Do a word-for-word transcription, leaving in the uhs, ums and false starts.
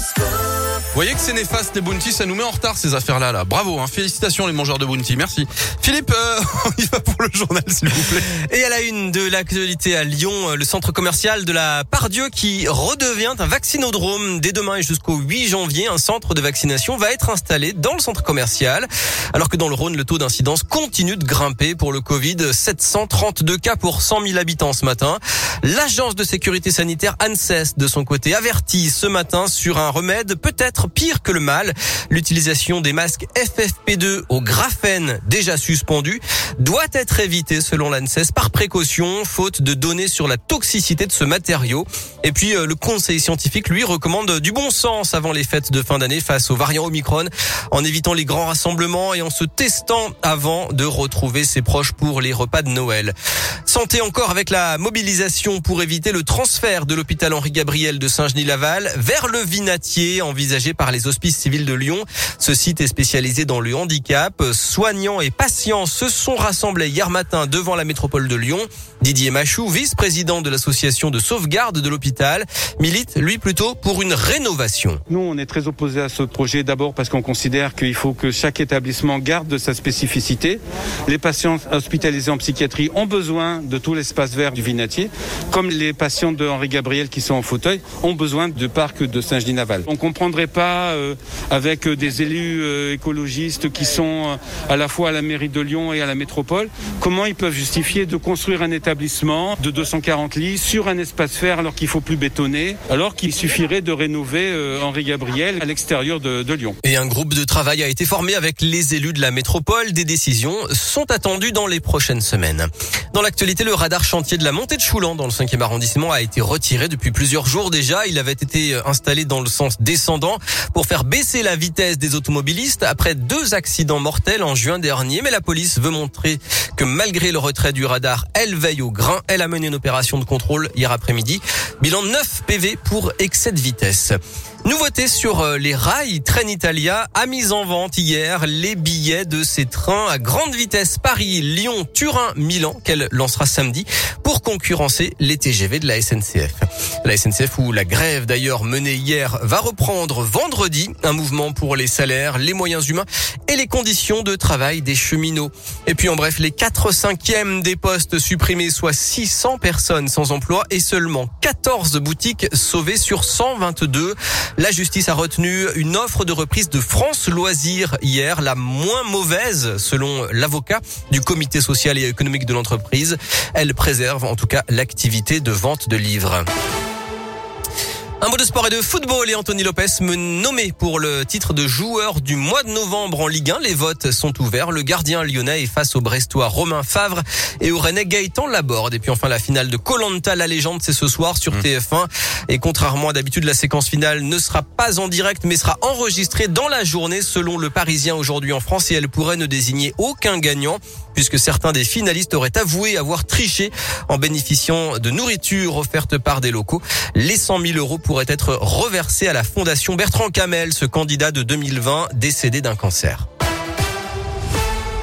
Vous voyez que c'est néfaste les Bounty, ça nous met en retard ces affaires-là. Là. Bravo, hein. Félicitations les mangeurs de Bounty, merci. Philippe, euh, on y va pour le journal s'il vous plaît. Et à la une de l'actualité à Lyon, le centre commercial de la Part-Dieu qui redevient un vaccinodrome. Dès demain et jusqu'au huit janvier, un centre de vaccination va être installé dans le centre commercial. Alors que dans le Rhône, le taux d'incidence continue de grimper pour le Covid. sept cent trente-deux cas pour cent mille habitants ce matin. L'agence de sécurité sanitaire ANSES, de son côté, avertit ce matin sur un remède peut-être pire que le mal. L'utilisation des masques F F P deux au graphène, déjà suspendu, doit être évitée selon l'ANSES par précaution, faute de données sur la toxicité de ce matériau. Et puis le conseil scientifique, lui, recommande du bon sens avant les fêtes de fin d'année face au variant Omicron, en évitant les grands rassemblements et en se testant avant de retrouver ses proches pour les repas de Noël. Santé encore avec la mobilisation pour éviter le transfert de l'hôpital Henri-Gabriel de Saint-Genis-Laval vers le Vinatier, envisagé par les hospices civils de Lyon. Ce site est spécialisé dans le handicap. Soignants et patients se sont rassemblés hier matin devant la métropole de Lyon. Didier Machou, vice-président de l'association de sauvegarde de l'hôpital, milite, lui, plutôt pour une rénovation. Nous, on est très opposés à ce projet, d'abord parce qu'on considère qu'il faut que chaque établissement garde sa spécificité. Les patients hospitalisés en psychiatrie ont besoin de tout l'espace vert du Vinatier, comme les patients de Henri-Gabriel qui sont en fauteuil ont besoin du parc de Saint-Genis-Laval. On ne comprendrait pas euh, avec des élus euh, écologistes qui sont euh, à la fois à la mairie de Lyon et à la métropole, comment ils peuvent justifier de construire un établissement de deux cent quarante lits sur un espace vert alors qu'il faut plus bétonner, alors qu'il suffirait de rénover euh, Henri-Gabriel à l'extérieur de, de Lyon. Et un groupe de travail a été formé avec les élus de la métropole. Des décisions sont attendues dans les prochaines semaines. Dans l'actualité, le radar chantier de la montée de Choulan dans le cinquième arrondissement a été retiré depuis plusieurs jours déjà. Il avait été installé dans le sens descendant pour faire baisser la vitesse des automobilistes après deux accidents mortels en juin dernier. Mais la police veut montrer que malgré le retrait du radar, elle veille au grain. Elle a mené une opération de contrôle hier après-midi. Bilan neuf P V pour excès de vitesse. Nouveauté sur les rails, Trenitalia a mis en vente hier les billets de ses trains à grande vitesse Paris, Lyon, Turin, Milan qu'elle lancera samedi pour concurrencer les T G V de la S N C F. La S N C F où la grève d'ailleurs menée hier va reprendre vendredi, un mouvement pour les salaires, les moyens humains et les conditions de travail des cheminots. Et puis en bref, les quatre cinquièmes des postes supprimés, soit six cents personnes sans emploi et seulement quatorze boutiques sauvées sur cent vingt-deux. La justice a retenu une offre de reprise de France Loisirs hier, la moins mauvaise selon l'avocat du comité social et économique de l'entreprise. Elle préserve en tout cas l'activité de vente de livres. Un mot de sport et de football et Anthony Lopez me nommé pour le titre de joueur du mois de novembre en Ligue un. Les votes sont ouverts. Le gardien lyonnais est face au Brestois Romain Favre et au Rennais Gaëtan Laborde. Et puis enfin la finale de Koh-Lanta, la légende, c'est ce soir sur mmh. T F un. Et contrairement à d'habitude, la séquence finale ne sera pas en direct mais sera enregistrée dans la journée selon le Parisien aujourd'hui en France et elle pourrait ne désigner aucun gagnant puisque certains des finalistes auraient avoué avoir triché en bénéficiant de nourriture offerte par des locaux. Les cent mille euros pourrait être reversé à la fondation Bertrand Camel, ce candidat de deux mille vingt décédé d'un cancer.